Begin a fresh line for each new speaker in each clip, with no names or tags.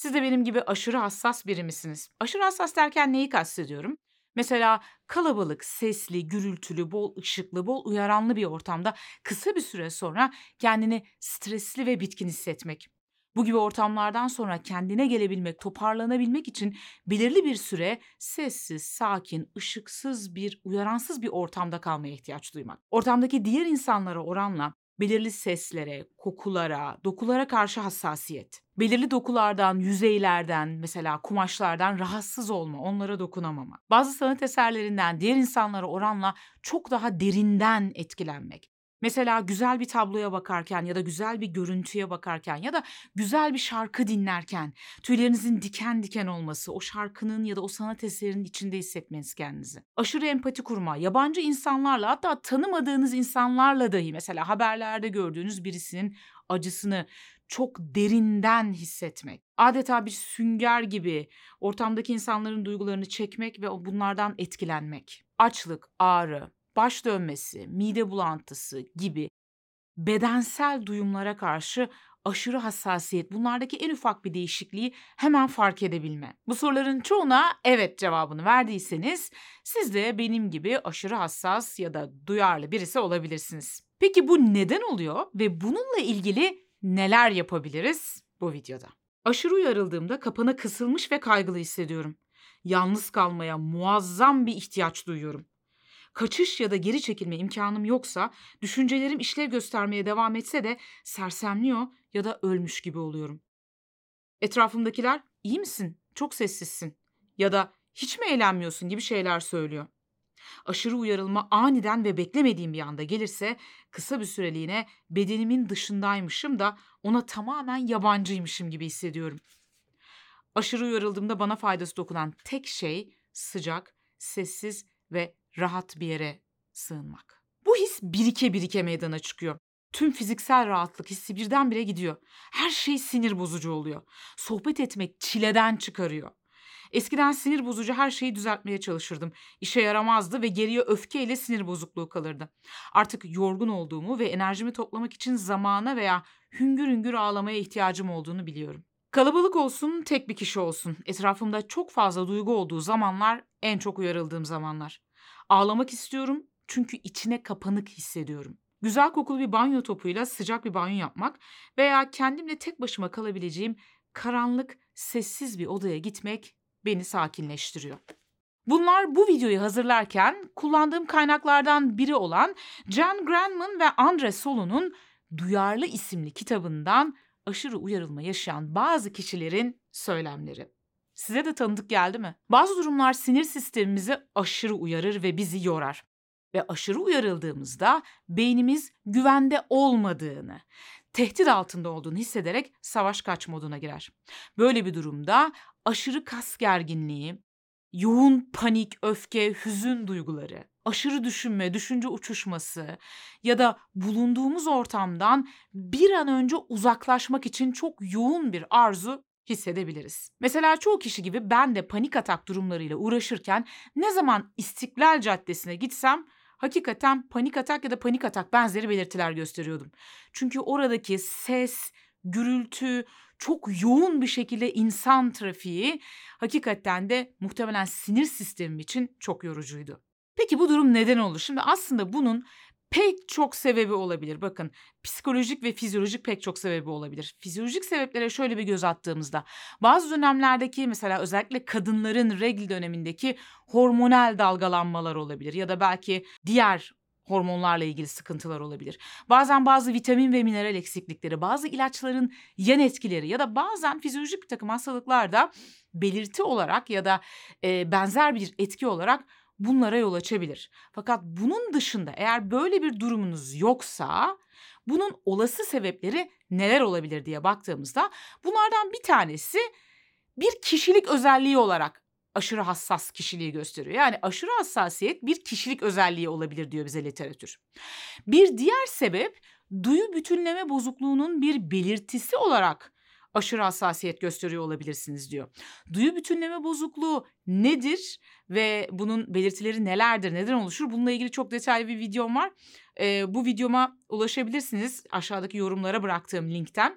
Siz de benim gibi aşırı hassas biri misiniz? Aşırı hassas derken neyi kastediyorum? Mesela kalabalık, sesli, gürültülü, bol ışıklı, bol uyaranlı bir ortamda kısa bir süre sonra kendini stresli ve bitkin hissetmek. Bu gibi ortamlardan sonra kendine gelebilmek, toparlanabilmek için belirli bir süre sessiz, sakin, ışıksız bir, uyaransız bir ortamda kalmaya ihtiyaç duymak. Ortamdaki diğer insanlara oranla belirli seslere, kokulara, dokulara karşı hassasiyet. Belirli dokulardan, yüzeylerden, mesela kumaşlardan rahatsız olma, onlara dokunamama. Bazı sanat eserlerinden diğer insanlara oranla çok daha derinden etkilenmek. Mesela güzel bir tabloya bakarken ya da güzel bir görüntüye bakarken ya da güzel bir şarkı dinlerken tüylerinizin diken diken olması, o şarkının ya da o sanat eserinin içinde hissetmeniz kendinizi. Aşırı empati kurma, yabancı insanlarla hatta tanımadığınız insanlarla dahi mesela haberlerde gördüğünüz birisinin acısını çok derinden hissetmek. Adeta bir sünger gibi ortamdaki insanların duygularını çekmek ve bunlardan etkilenmek. Açlık, ağrı, baş dönmesi, mide bulantısı gibi bedensel duyumlara karşı aşırı hassasiyet, bunlardaki en ufak bir değişikliği hemen fark edebilme. Bu soruların çoğuna evet cevabını verdiyseniz siz de benim gibi aşırı hassas ya da duyarlı birisi olabilirsiniz. Peki bu neden oluyor ve bununla ilgili neler yapabiliriz bu videoda? Aşırı uyarıldığımda kapana kısılmış ve kaygılı hissediyorum. Yalnız kalmaya muazzam bir ihtiyaç duyuyorum. Kaçış ya da geri çekilme imkanım yoksa, düşüncelerim işlev göstermeye devam etse de sersemliyor ya da ölmüş gibi oluyorum. Etrafımdakiler iyi misin? Çok sessizsin ya da hiç mi eğlenmiyorsun gibi şeyler söylüyor. Aşırı uyarılma aniden ve beklemediğim bir anda gelirse kısa bir süreliğine bedenimin dışındaymışım da ona tamamen yabancıymışım gibi hissediyorum. Aşırı uyarıldığımda bana faydası dokunan tek şey sıcak, sessiz ve rahat bir yere sığınmak. Bu his birike birike meydana çıkıyor. Tüm fiziksel rahatlık hissi birdenbire gidiyor. Her şey sinir bozucu oluyor. Sohbet etmek çileden çıkarıyor. Eskiden sinir bozucu her şeyi düzeltmeye çalışırdım. İşe yaramazdı ve geriye öfkeyle sinir bozukluğu kalırdı. Artık yorgun olduğumu ve enerjimi toplamak için zamana veya hüngür hüngür ağlamaya ihtiyacım olduğunu biliyorum. Kalabalık olsun, tek bir kişi olsun. Etrafımda çok fazla duygu olduğu zamanlar en çok uyarıldığım zamanlar. Ağlamak istiyorum çünkü içine kapanık hissediyorum. Güzel kokulu bir banyo topuyla sıcak bir banyo yapmak veya kendimle tek başıma kalabileceğim karanlık, sessiz bir odaya gitmek beni sakinleştiriyor. Bunlar bu videoyu hazırlarken kullandığım kaynaklardan biri olan Jan Granman ve Andre Solo'nun Duyarlı isimli kitabından aşırı uyarılma yaşayan bazı kişilerin söylemleri. Size de tanıdık geldi mi? Bazı durumlar sinir sistemimizi aşırı uyarır ve bizi yorar. Ve aşırı uyarıldığımızda beynimiz güvende olmadığını, tehdit altında olduğunu hissederek savaş kaç moduna girer. Böyle bir durumda aşırı kas gerginliği, yoğun panik, öfke, hüzün duyguları, aşırı düşünme, düşünce uçuşması ya da bulunduğumuz ortamdan bir an önce uzaklaşmak için çok yoğun bir arzu hissedebiliriz. Mesela çoğu kişi gibi ben de panik atak durumlarıyla uğraşırken ne zaman İstiklal Caddesi'ne gitsem hakikaten panik atak ya da panik atak benzeri belirtiler gösteriyordum. Çünkü oradaki ses, gürültü, çok yoğun bir şekilde insan trafiği hakikaten de muhtemelen sinir sistemim için çok yorucuydu. Peki bu durum neden olur? Şimdi aslında bunun pek çok sebebi olabilir. Bakın, psikolojik ve fizyolojik pek çok sebebi olabilir. Fizyolojik sebeplere şöyle bir göz attığımızda bazı dönemlerdeki mesela özellikle kadınların regl dönemindeki hormonal dalgalanmalar olabilir ya da belki diğer hormonlarla ilgili sıkıntılar olabilir. Bazen bazı vitamin ve mineral eksiklikleri, bazı ilaçların yan etkileri ya da bazen fizyolojik bir takım hastalıklar da belirti olarak ya da benzer bir etki olarak bunlara yol açabilir. Fakat bunun dışında eğer böyle bir durumunuz yoksa bunun olası sebepleri neler olabilir diye baktığımızda bunlardan bir tanesi bir kişilik özelliği olarak aşırı hassas kişiliği gösteriyor. Yani aşırı hassasiyet bir kişilik özelliği olabilir diyor bize literatür. Bir diğer sebep duyu bütünleme bozukluğunun bir belirtisi olarak aşırı hassasiyet gösteriyor olabilirsiniz diyor. Duyu bütünleme bozukluğu nedir ve bunun belirtileri nelerdir, neden oluşur? Bununla ilgili çok detaylı bir videom var. Bu videoma ulaşabilirsiniz aşağıdaki yorumlara bıraktığım linkten.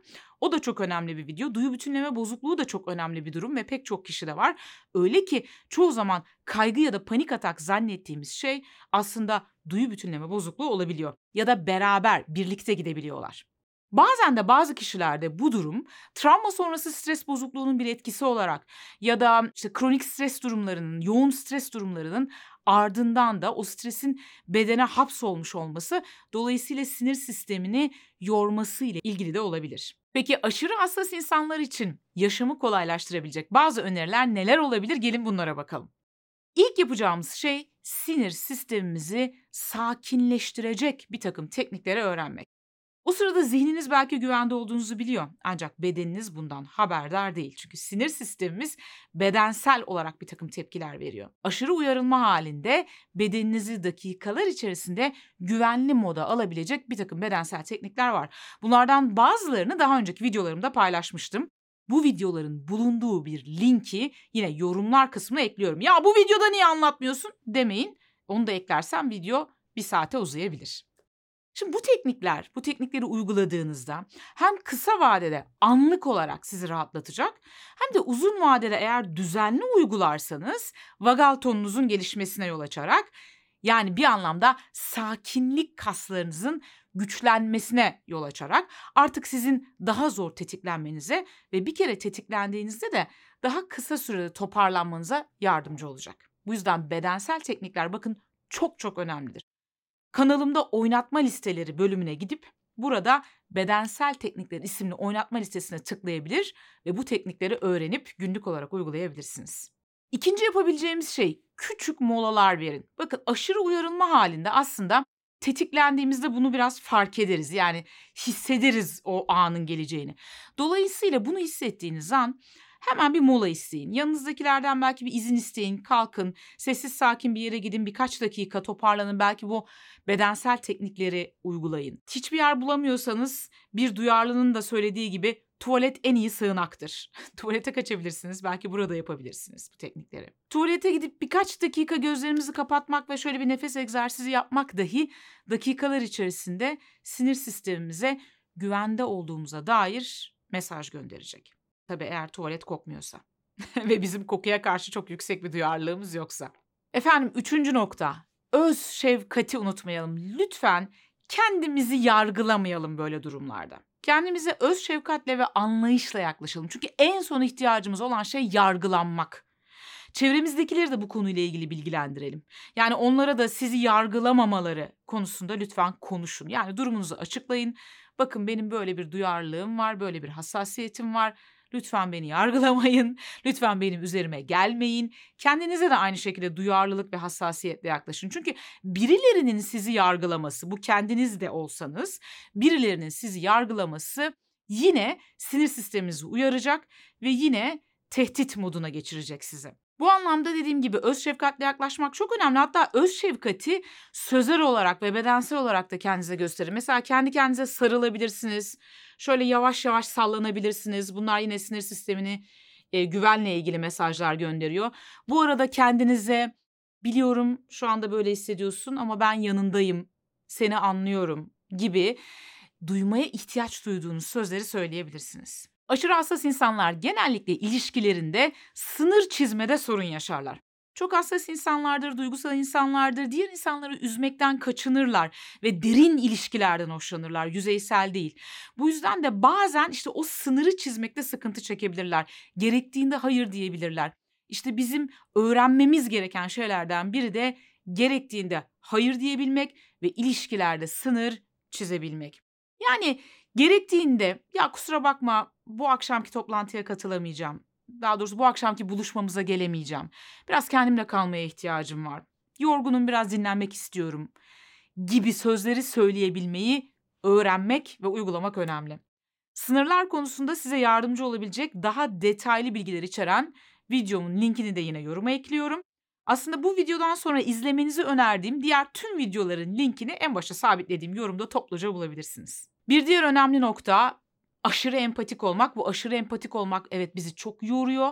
O da çok önemli bir video. Duyu bütünleme bozukluğu da çok önemli bir durum ve pek çok kişide var. Öyle ki çoğu zaman kaygı ya da panik atak zannettiğimiz şey aslında duyu bütünleme bozukluğu olabiliyor. Ya da beraber, birlikte gidebiliyorlar. Bazen de bazı kişilerde bu durum travma sonrası stres bozukluğunun bir etkisi olarak ya da işte kronik stres durumlarının, yoğun stres durumlarının ardından da o stresin bedene hapsolmuş olması dolayısıyla sinir sistemini yorması ile ilgili de olabilir. Peki aşırı hassas insanlar için yaşamı kolaylaştırabilecek bazı öneriler neler olabilir? Gelin bunlara bakalım. İlk yapacağımız şey sinir sistemimizi sakinleştirecek bir takım teknikleri öğrenmek. O sırada zihniniz belki güvende olduğunuzu biliyor. Ancak bedeniniz bundan haberdar değil. Çünkü sinir sistemimiz bedensel olarak bir takım tepkiler veriyor. Aşırı uyarılma halinde bedeninizi dakikalar içerisinde güvenli moda alabilecek bir takım bedensel teknikler var. Bunlardan bazılarını daha önceki videolarımda paylaşmıştım. Bu videoların bulunduğu bir linki yine yorumlar kısmına ekliyorum. Ya bu videoda niye anlatmıyorsun demeyin. Onu da eklersem video bir saate uzayabilir. Şimdi bu teknikleri uyguladığınızda hem kısa vadede anlık olarak sizi rahatlatacak hem de uzun vadede eğer düzenli uygularsanız vagal tonunuzun gelişmesine yol açarak yani bir anlamda sakinlik kaslarınızın güçlenmesine yol açarak artık sizin daha zor tetiklenmenize ve bir kere tetiklendiğinizde de daha kısa sürede toparlanmanıza yardımcı olacak. Bu yüzden bedensel teknikler bakın çok çok önemlidir. Kanalımda oynatma listeleri bölümüne gidip burada bedensel teknikler isimli oynatma listesine tıklayabilir ve bu teknikleri öğrenip günlük olarak uygulayabilirsiniz. İkinci yapabileceğimiz şey küçük molalar verin. Bakın aşırı uyarılma halinde aslında tetiklendiğimizde bunu biraz fark ederiz. Yani hissederiz o anın geleceğini. Dolayısıyla bunu hissettiğiniz an hemen bir mola isteyin. Yanınızdakilerden belki bir izin isteyin, kalkın, sessiz sakin bir yere gidin, birkaç dakika toparlanın. Belki bu bedensel teknikleri uygulayın. Hiçbir yer bulamıyorsanız bir duyarlının da söylediği gibi tuvalet en iyi sığınaktır. Tuvalete kaçabilirsiniz, belki burada yapabilirsiniz bu teknikleri. Tuvalete gidip birkaç dakika gözlerimizi kapatmak ve şöyle bir nefes egzersizi yapmak dahi dakikalar içerisinde sinir sistemimize güvende olduğumuza dair mesaj gönderecek. Tabii eğer tuvalet kokmuyorsa ve bizim kokuya karşı çok yüksek bir duyarlılığımız yoksa. Efendim 3. nokta. Öz şefkati unutmayalım. Lütfen kendimizi yargılamayalım böyle durumlarda. Kendimize öz şefkatle ve anlayışla yaklaşalım. Çünkü en son ihtiyacımız olan şey yargılanmak. Çevremizdekileri de bu konuyla ilgili bilgilendirelim. Yani onlara da sizi yargılamamaları konusunda lütfen konuşun. Yani durumunuzu açıklayın. Bakın benim böyle bir duyarlılığım var, böyle bir hassasiyetim var. Lütfen beni yargılamayın. Lütfen benim üzerime gelmeyin. Kendinize de aynı şekilde duyarlılık ve hassasiyetle yaklaşın. Çünkü birilerinin sizi yargılaması, bu kendiniz de olsanız, birilerinin sizi yargılaması yine sinir sisteminizi uyaracak ve yine tehdit moduna geçirecek sizi. Bu anlamda dediğim gibi öz şefkatle yaklaşmak çok önemli. Hatta öz şefkati sözel olarak ve bedensel olarak da kendinize gösterin. Mesela kendi kendinize sarılabilirsiniz. Şöyle yavaş yavaş sallanabilirsiniz. Bunlar yine sinir sistemini güvenle ilgili mesajlar gönderiyor. Bu arada kendinize biliyorum şu anda böyle hissediyorsun ama ben yanındayım, seni anlıyorum gibi duymaya ihtiyaç duyduğunuz sözleri söyleyebilirsiniz. Aşırı hassas insanlar genellikle ilişkilerinde sınır çizmede sorun yaşarlar. Çok hassas insanlardır, duygusal insanlardır, diğer insanları üzmekten kaçınırlar ve derin ilişkilerden hoşlanırlar, yüzeysel değil. Bu yüzden de bazen işte o sınırı çizmekte sıkıntı çekebilirler. Gerektiğinde hayır diyebilirler. İşte bizim öğrenmemiz gereken şeylerden biri de gerektiğinde hayır diyebilmek ve ilişkilerde sınır çizebilmek. Yani gerektiğinde ya kusura bakma bu akşamki toplantıya katılamayacağım. Daha doğrusu bu akşamki buluşmamıza gelemeyeceğim. Biraz kendimle kalmaya ihtiyacım var. Yorgunum, biraz dinlenmek istiyorum gibi sözleri söyleyebilmeyi öğrenmek ve uygulamak önemli. Sınırlar konusunda size yardımcı olabilecek daha detaylı bilgiler içeren videomun linkini de yine yoruma ekliyorum. Aslında bu videodan sonra izlemenizi önerdiğim diğer tüm videoların linkini en başta sabitlediğim yorumda topluca bulabilirsiniz. Bir diğer önemli nokta aşırı empatik olmak. Bu aşırı empatik olmak evet bizi çok yoruyor.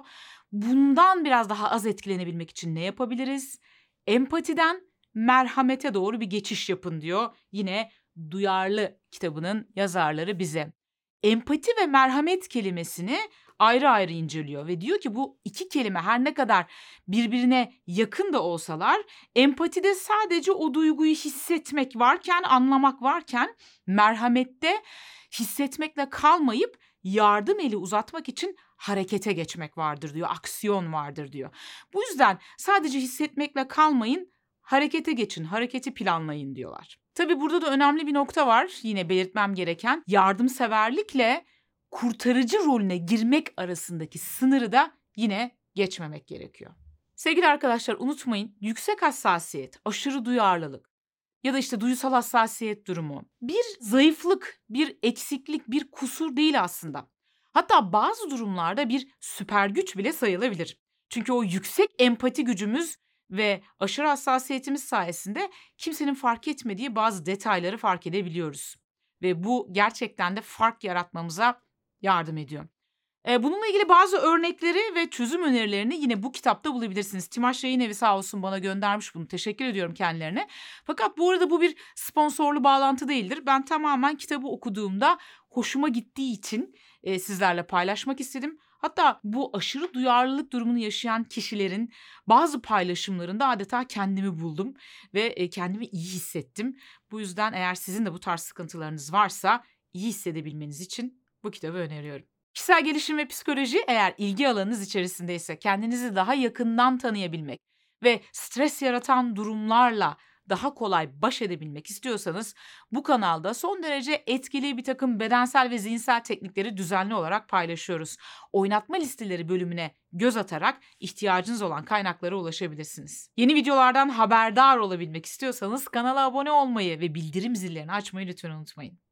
Bundan biraz daha az etkilenebilmek için ne yapabiliriz? Empatiden merhamete doğru bir geçiş yapın diyor. Yine Duyarlı kitabının yazarları bize. empati ve merhamet kelimesini ayrı ayrı inceliyor ve diyor ki bu iki kelime her ne kadar birbirine yakın da olsalar, empatide sadece o duyguyu hissetmek varken, anlamak varken, merhamette hissetmekle kalmayıp yardım eli uzatmak için harekete geçmek vardır diyor, aksiyon vardır diyor. Bu yüzden sadece hissetmekle kalmayın, harekete geçin, hareketi planlayın diyorlar. Tabii burada da önemli bir nokta var yine belirtmem gereken. Yardımseverlikle kurtarıcı rolüne girmek arasındaki sınırı da yine geçmemek gerekiyor. Sevgili arkadaşlar unutmayın, yüksek hassasiyet, aşırı duyarlılık ya da işte duysal hassasiyet durumu bir zayıflık, bir eksiklik, bir kusur değil aslında. Hatta bazı durumlarda bir süper güç bile sayılabilir. Çünkü o yüksek empati gücümüz ve aşırı hassasiyetimiz sayesinde kimsenin fark etmediği bazı detayları fark edebiliyoruz. Ve bu gerçekten de fark yaratmamıza yardım ediyor. Bununla ilgili bazı örnekleri ve çözüm önerilerini yine bu kitapta bulabilirsiniz. Timaş Yayınevi sağ olsun bana göndermiş bunu. Teşekkür ediyorum kendilerine. Fakat bu arada bu bir sponsorlu bağlantı değildir. Ben tamamen kitabı okuduğumda hoşuma gittiği için sizlerle paylaşmak istedim. Hatta bu aşırı duyarlılık durumunu yaşayan kişilerin bazı paylaşımlarında adeta kendimi buldum ve kendimi iyi hissettim. Bu yüzden eğer sizin de bu tarz sıkıntılarınız varsa iyi hissedebilmeniz için bu kitabı öneriyorum. Kişisel gelişim ve psikoloji eğer ilgi alanınız içerisindeyse kendinizi daha yakından tanıyabilmek ve stres yaratan durumlarla daha kolay baş edebilmek istiyorsanız bu kanalda son derece etkili bir takım bedensel ve zihinsel teknikleri düzenli olarak paylaşıyoruz. Oynatma listeleri bölümüne göz atarak ihtiyacınız olan kaynaklara ulaşabilirsiniz. Yeni videolardan haberdar olabilmek istiyorsanız kanala abone olmayı ve bildirim zillerini açmayı lütfen unutmayın.